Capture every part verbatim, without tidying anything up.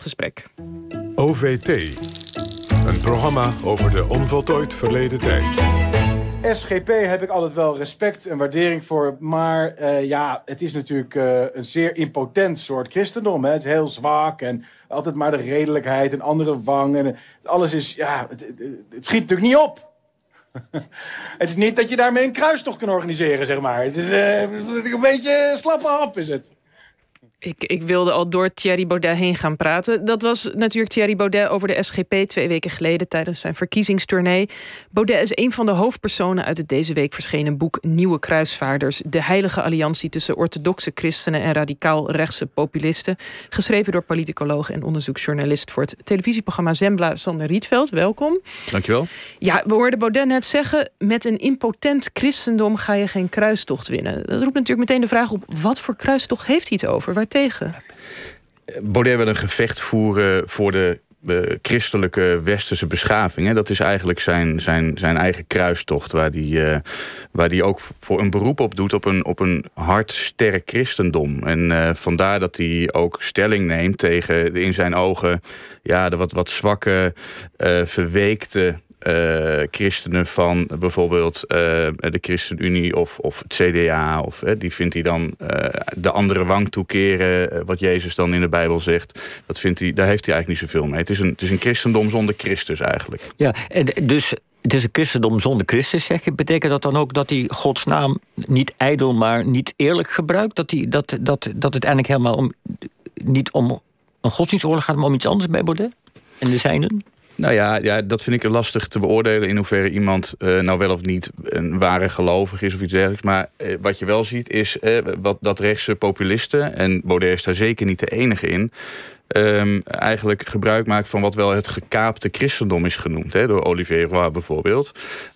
gesprek. O V T, een programma over de onvoltooid verleden tijd. S G P heb ik altijd wel respect en waardering voor. Maar uh, ja, het is natuurlijk uh, een zeer impotent soort christendom. Hè? Het is heel zwak en altijd maar de redelijkheid en andere wang. En, uh, alles is, ja, het, het, het schiet natuurlijk niet op. Het is niet dat je daarmee een kruistocht kan organiseren, zeg maar. Het is uh, een beetje slappe hap, is het. Ik, ik wilde al door Thierry Baudet heen gaan praten. Dat was natuurlijk Thierry Baudet over de S G P twee weken geleden tijdens zijn verkiezingstournee. Baudet is een van de hoofdpersonen uit het deze week verschenen boek Nieuwe Kruisvaarders. De heilige alliantie tussen orthodoxe christenen en radicaal rechtse populisten. Geschreven door politicoloog en onderzoeksjournalist voor het televisieprogramma Zembla, Sander Rietveld. Welkom. Dankjewel. Ja, we hoorden Baudet net zeggen, met een impotent christendom ga je geen kruistocht winnen. Dat roept natuurlijk meteen de vraag op, wat voor kruistocht heeft hij het over? Waar tegen? Baudet wil een gevecht voeren voor de uh, christelijke westerse beschaving. Hè. Dat is eigenlijk zijn, zijn, zijn eigen kruistocht, waar hij uh, waar die ook voor een beroep op doet op een, op een hard, sterk christendom. En uh, vandaar dat hij ook stelling neemt tegen de in zijn ogen ja, de wat, wat zwakke, uh, verweekte Uh, christenen van bijvoorbeeld uh, de ChristenUnie of, of het C D A. Of, uh, die vindt hij dan uh, de andere wang toekeren. Uh, wat Jezus dan in de Bijbel zegt. Dat vindt hij, daar heeft hij eigenlijk niet zoveel mee. Het is een, het is een christendom zonder Christus eigenlijk. Ja, en dus het is een christendom zonder Christus, zeg je. Betekent dat dan ook dat hij Gods naam niet ijdel, maar niet eerlijk gebruikt? Dat, hij, dat, dat, dat het eigenlijk helemaal om, niet om een godsdienstoorlog gaat, maar om iets anders bij Baudet en de zijnen? Nou ja, ja, dat vind ik lastig te beoordelen in hoeverre iemand uh, nou wel of niet een ware gelovig is of iets dergelijks. Maar uh, wat je wel ziet is uh, wat, dat rechtse populisten, en Baudet is daar zeker niet de enige in, Um, eigenlijk gebruik maakt van wat wel het gekaapte christendom is genoemd. Hè, door Olivier Roy bijvoorbeeld.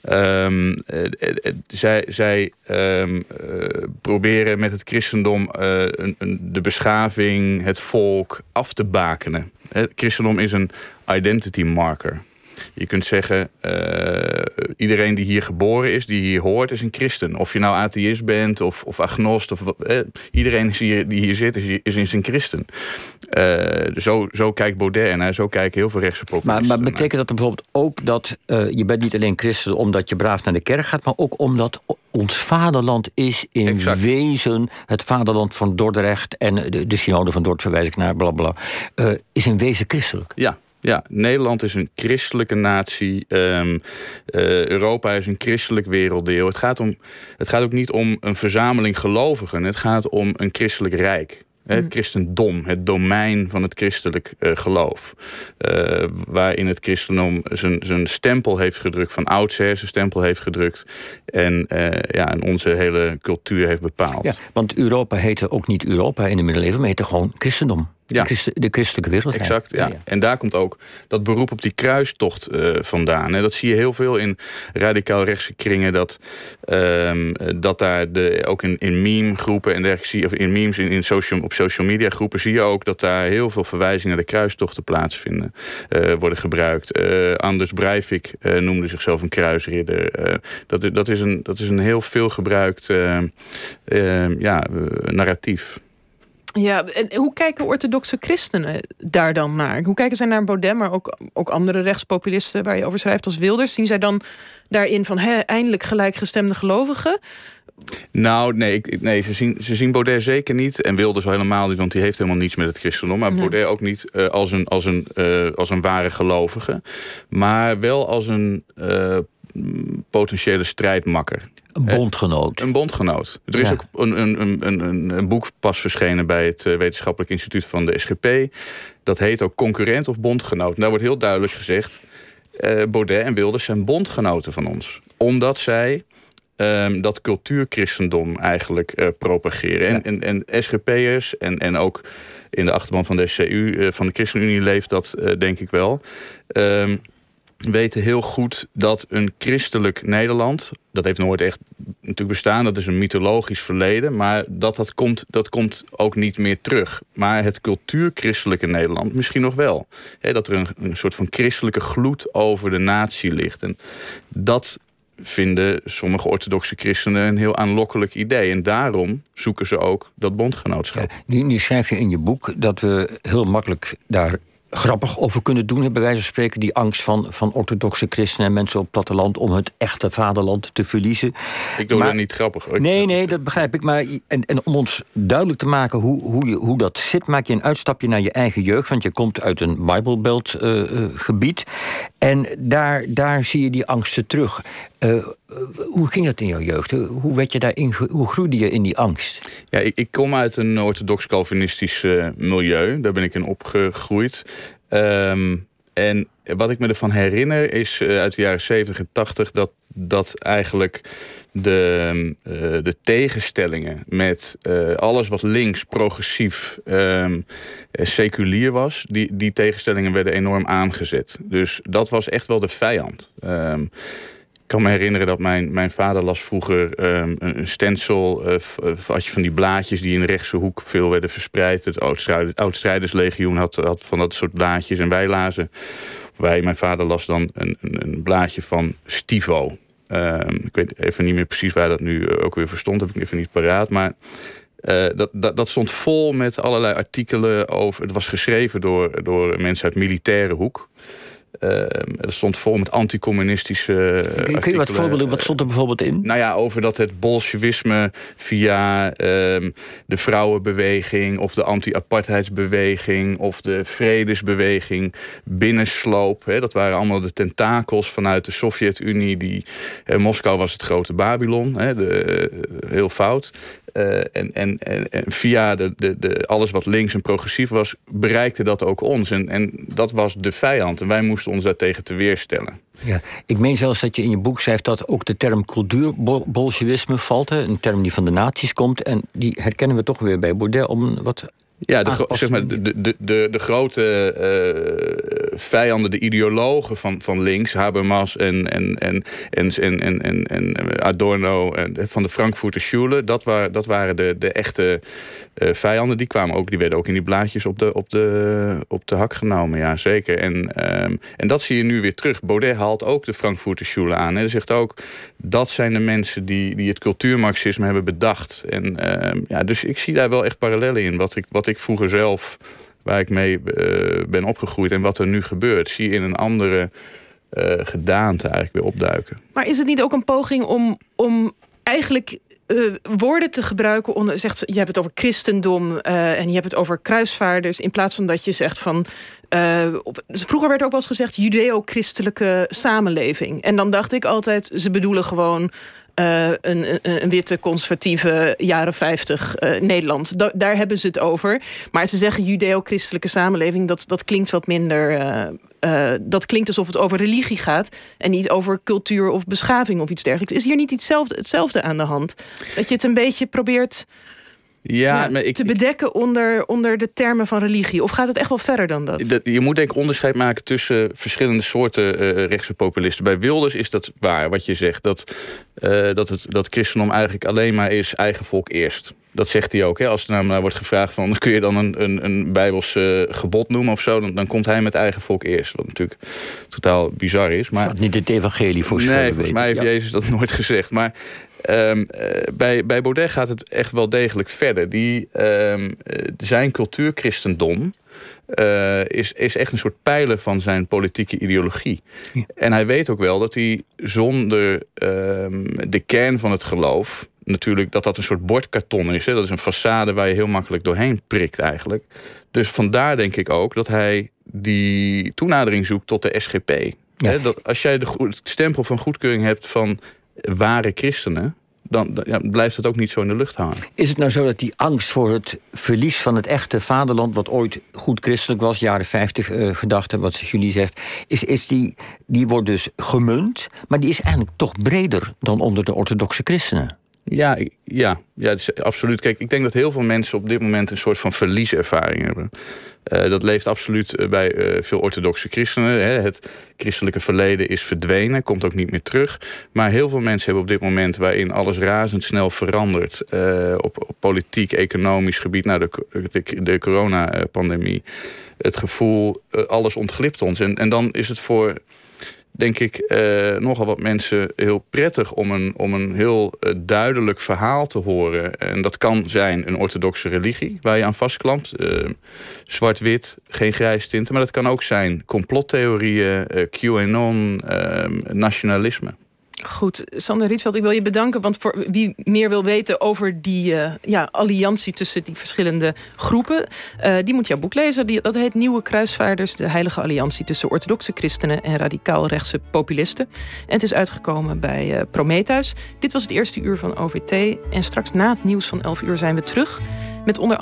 Um, uh, uh, zij zij um, uh, proberen met het christendom uh, een, een, de beschaving, het volk af te bakenen. Het christendom is een identity marker. Je kunt zeggen, uh, iedereen die hier geboren is, die hier hoort, is een christen. Of je nou atheïst bent of, of agnost. Of, uh, iedereen is hier, die hier zit, is, is, is een christen. Uh, zo, zo kijkt Baudet en zo kijken heel veel rechtse populisten. Maar, maar betekent dat dan bijvoorbeeld ook dat uh, je bent niet alleen christen omdat je braaf naar de kerk gaat, maar ook omdat ons vaderland is in exact. wezen het vaderland van Dordrecht en de, de synode van Dordrecht, verwijs ik naar, blablabla, uh, is in wezen christelijk. Ja. Ja, Nederland is een christelijke natie. Um, uh, Europa is een christelijk werelddeel. Het gaat, om, het gaat ook niet om een verzameling gelovigen. Het gaat om een christelijk rijk. Het christendom, het domein van het christelijk uh, geloof. Uh, waarin het christendom zijn, zijn stempel heeft gedrukt, van oudsher zijn stempel heeft gedrukt. En, uh, ja, en onze hele cultuur heeft bepaald. Ja, want Europa heette ook niet Europa in de middeleeuwen, maar heette gewoon christendom. Ja. De, Christ, de christelijke wereld. Exact, ja. ja. En daar komt ook dat beroep op die kruistocht uh, vandaan. Hè. Dat zie je heel veel in radicaal rechtse kringen. Dat, um, dat daar de, ook in, in meme-groepen en dergelijke, of in memes, in, in social, op social media groepen, zie je ook dat daar heel veel verwijzingen naar de kruistochten plaatsvinden. Uh, worden gebruikt. Uh, Anders Breivik uh, noemde zichzelf een kruisridder. Uh, dat, dat, is een, dat is een heel veel gebruikt uh, uh, ja, uh, narratief. Ja, en hoe kijken orthodoxe christenen daar dan naar? Hoe kijken zij naar Baudet, maar ook, ook andere rechtspopulisten waar je over schrijft als Wilders? Zien zij dan daarin van hè, eindelijk gelijkgestemde gelovigen? Nou, nee, ik, nee ze, zien, ze zien Baudet zeker niet. En Wilders helemaal niet, want die heeft helemaal niets met het christendom. Maar ja. Baudet ook niet uh, als, een, als, een, uh, als een ware gelovige. Maar wel als een uh, potentiële strijdmakker. Een bondgenoot. Een bondgenoot. Er is ja. ook een, een, een, een, een boek pas verschenen bij het Wetenschappelijk Instituut van de S G P. Dat heet ook Concurrent of Bondgenoot. En daar wordt heel duidelijk gezegd, uh, Baudet en Wilders zijn bondgenoten van ons. Omdat zij um, dat cultuurchristendom eigenlijk uh, propageren. Ja. En, en, en S G P'ers en, en ook in de achterban van de C U, uh, van de ChristenUnie leeft dat uh, denk ik wel. Um, weten heel goed dat een christelijk Nederland, dat heeft nooit echt natuurlijk bestaan, dat is een mythologisch verleden, maar dat, dat, komt, dat komt ook niet meer terug. Maar het cultuurchristelijke Nederland misschien nog wel. He, dat er een, een soort van christelijke gloed over de natie ligt. En dat vinden sommige orthodoxe christenen een heel aanlokkelijk idee. En daarom zoeken ze ook dat bondgenootschap. Ja, nu, nu schrijf je in je boek dat we heel makkelijk daar grappig over kunnen doen, bij wijze van spreken, die angst van, van orthodoxe christenen en mensen op het platteland om het echte vaderland te verliezen. Ik doe maar, dat niet grappig. Hoor. Nee, nee, dat begrijp ik. Maar en, en om ons duidelijk te maken hoe, hoe, je, hoe dat zit, maak je een uitstapje naar je eigen jeugd, want je komt uit een Bible Belt uh, uh, gebied. En daar, daar zie je die angsten terug. Uh, hoe ging dat in jouw jeugd? Hoe, werd je daarin, hoe groeide je in die angst? Ja, ik, ik kom uit een orthodox-Calvinistisch uh, milieu. Daar ben ik in opgegroeid. Um, en wat ik me ervan herinner is uh, uit de jaren zeventig en tachtig... dat, dat eigenlijk de, uh, de tegenstellingen met uh, alles wat links, progressief, um, seculier was... Die, die tegenstellingen werden enorm aangezet. Dus dat was echt wel de vijand. Um, Ik kan me herinneren dat mijn, mijn vader las vroeger um, een stencil. Uh, had je van die blaadjes die in de rechtse hoek veel werden verspreid. Het Oud-Strijderslegioen had, had van dat soort blaadjes. En wij lazen, wij, mijn vader las dan een, een, een blaadje van Stivo. Um, ik weet even niet meer precies waar dat nu ook weer verstond. Heb ik even niet paraat. Maar uh, dat, dat, dat stond vol met allerlei artikelen over. Het was geschreven door, door mensen uit militaire hoek. Uh, er stond vol met anticommunistische uh, artikelen. Kun je wat voorbeelden? Wat stond er bijvoorbeeld in? Nou ja, over dat het bolsjewisme via um, de vrouwenbeweging... of de anti-apartheidsbeweging of de vredesbeweging binnensloop. Hè. Dat waren allemaal de tentakels vanuit de Sovjet-Unie. Die, uh, Moskou was het grote Babylon, hè, de, uh, heel fout. Uh, en, en, en via de, de, de, alles wat links en progressief was, bereikte dat ook ons. En, en dat was de vijand. En wij moesten ons daartegen te weerstellen. Ja, ik meen zelfs dat je in je boek schrijft dat ook de term cultuurbolsjewisme valt. Hè, een term die van de nazi's komt. En die herkennen we toch weer bij Baudet om wat... Ja, de, zeg maar, de, de, de, de grote uh, vijanden, de ideologen van, van links, Habermas en, en, en, en, en, en, en Adorno en van de Frankfurter Schule, dat, waar, dat waren de, de echte uh, vijanden. Die kwamen ook, die werden ook in die blaadjes op de, op de, op de hak genomen, ja, zeker. En, um, en dat zie je nu weer terug. Baudet haalt ook de Frankfurter Schule aan. Hij zegt ook, dat zijn de mensen die, die het cultuurmarxisme hebben bedacht. En, um, ja, dus ik zie daar wel echt parallellen in, wat ik, wat ik ik vroeger zelf, waar ik mee uh, ben opgegroeid en wat er nu gebeurt, zie je in een andere uh, gedaante eigenlijk weer opduiken. Maar is het niet ook een poging om, om eigenlijk uh, woorden te gebruiken onder, zegt, je hebt het over christendom uh, en je hebt het over kruisvaarders, in plaats van dat je zegt van Uh, op, vroeger werd ook wel eens gezegd judeo-christelijke samenleving. En dan dacht ik altijd, ze bedoelen gewoon Uh, een, een, een witte, conservatieve, jaren vijftig uh, Nederland. Da- daar hebben ze het over. Maar ze zeggen judeo-christelijke samenleving, dat, dat klinkt wat minder... Uh, uh, dat klinkt alsof het over religie gaat en niet over cultuur of beschaving of iets dergelijks. Is hier niet hetzelfde, hetzelfde aan de hand? Dat je het een beetje probeert... Ja, ja, maar ik, te bedekken onder, onder de termen van religie? Of gaat het echt wel verder dan dat? dat je moet denk ik onderscheid maken tussen verschillende soorten uh, rechtse populisten. Bij Wilders is dat waar, wat je zegt. Dat, uh, dat, het, dat christendom eigenlijk alleen maar is eigen volk eerst. Dat zegt hij ook. Hè? Als er namelijk wordt gevraagd van, kun je dan een, een, een Bijbels uh, gebod noemen of zo, dan, dan komt hij met eigen volk eerst. Wat natuurlijk totaal bizar is. Maar, is dat niet het evangelie voor zover we weten? Nee, volgens mij heeft ja. Jezus dat nooit gezegd. Maar Um, uh, bij, bij Baudet gaat het echt wel degelijk verder. Die, um, zijn cultuurchristendom uh, is, is echt een soort pijler van zijn politieke ideologie. Ja. En hij weet ook wel dat hij zonder um, de kern van het geloof, natuurlijk dat dat een soort bordkarton is. Hè? Dat is een façade waar je heel makkelijk doorheen prikt eigenlijk. Dus vandaar denk ik ook dat hij die toenadering zoekt tot de S G P. Ja. Hè? Dat als jij de het stempel van goedkeuring hebt van ware christenen, dan, dan ja, blijft het ook niet zo in de lucht hangen. Is het nou zo dat die angst voor het verlies van het echte vaderland, wat ooit goed christelijk was, jaren vijftig uh, gedachte, wat jullie zegt, is, is die, die wordt dus gemunt, maar die is eigenlijk toch breder dan onder de orthodoxe christenen? Ja, ja, ja, het is absoluut. Kijk, ik denk dat heel veel mensen op dit moment een soort van verlieservaring hebben. Uh, dat leeft absoluut bij uh, veel orthodoxe christenen. Hè. Het christelijke verleden is verdwenen, komt ook niet meer terug. Maar heel veel mensen hebben op dit moment, waarin alles razendsnel verandert, uh, op, op politiek, economisch gebied, nou, de, de, de coronapandemie, het gevoel, uh, alles ontglipt ons. En, en dan is het voor denk ik, uh, nogal wat mensen heel prettig om een, om een heel uh, duidelijk verhaal te horen. En dat kan zijn een orthodoxe religie waar je aan vastklampt. Uh, zwart-wit, geen grijs tinten. Maar dat kan ook zijn complottheorieën, uh, QAnon, uh, nationalisme. Goed, Sander Rietveld, ik wil je bedanken. Want voor wie meer wil weten over die uh, ja, alliantie tussen die verschillende groepen, Uh, die moet jouw boek lezen. Die, dat heet Nieuwe Kruisvaarders, de heilige alliantie tussen orthodoxe christenen en radicaal-rechtse populisten. En het is uitgekomen bij uh, Prometheus. Dit was het eerste uur van O V T. En straks na het nieuws van elf uur zijn we terug met onder